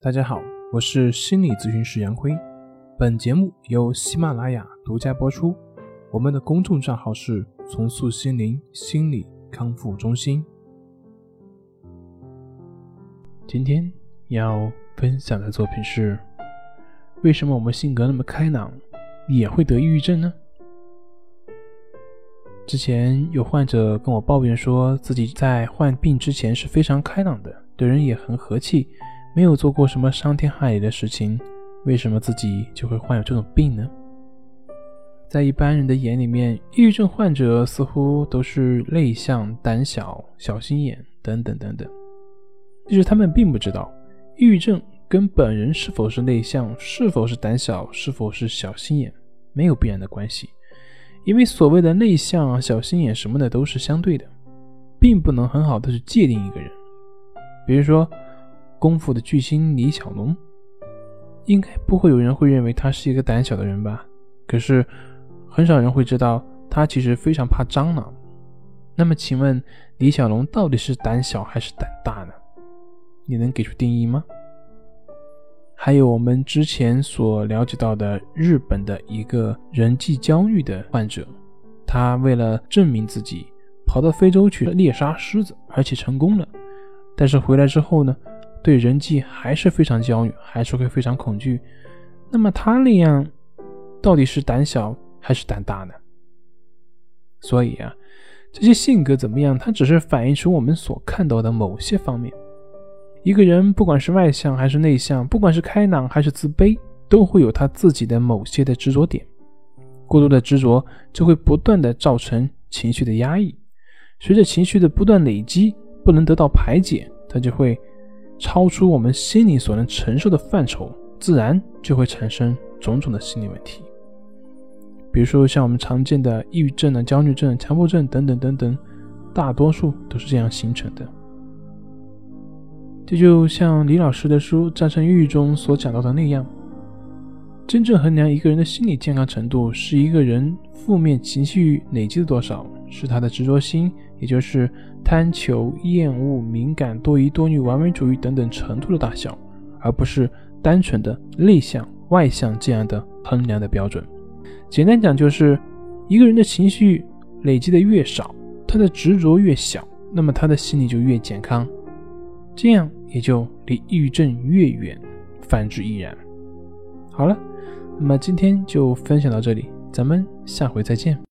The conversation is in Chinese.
大家好，我是心理咨询师杨辉，本节目由喜马拉雅独家播出。我们的公众账号是重塑心灵心理康复中心。今天要分享的作品是：为什么我们性格那么开朗也会得抑郁症呢？之前有患者跟我抱怨说，自己在患病之前是非常开朗的，对人也很和气，没有做过什么伤天害理的事情，为什么自己就会患有这种病呢？在一般人的眼里面，抑郁症患者似乎都是内向、胆小、小心眼等等等等。其实他们并不知道，抑郁症跟本人是否是内向、是否是胆小、是否是小心眼没有必然的关系。因为所谓的内向、小心眼什么的都是相对的，并不能很好的去界定一个人。比如说功夫的巨星李小龙，应该不会有人会认为他是一个胆小的人吧，可是很少人会知道他其实非常怕蟑螂。那么请问李小龙到底是胆小还是胆大呢？你能给出定义吗？还有我们之前所了解到的日本的一个人际焦虑的患者，他为了证明自己跑到非洲去猎杀狮子，而且成功了，但是回来之后呢，对人际还是非常焦虑，还是会非常恐惧。那么他那样到底是胆小还是胆大呢？所以这些性格怎么样，它只是反映出我们所看到的某些方面。一个人不管是外向还是内向，不管是开朗还是自卑，都会有他自己的某些的执着点。过多的执着就会不断的造成情绪的压抑，随着情绪的不断累积，不能得到排解，它就会超出我们心理所能承受的范畴，自然就会产生种种的心理问题。比如说像我们常见的抑郁症、焦虑症、强迫症等等等等，大多数都是这样形成的。这就像李老师的书《战胜抑郁》中所讲到的那样，真正衡量一个人的心理健康程度，是一个人负面情绪累积的多少，是他的执着心，也就是贪求、厌恶、敏感、多疑多虑、完美主义等等程度的大小，而不是单纯的内向、外向这样的衡量的标准。简单讲，就是一个人的情绪累积的越少，他的执着越小，那么他的心理就越健康，这样也就离抑郁症越远，反之亦然。好了，那么今天就分享到这里，咱们下回再见。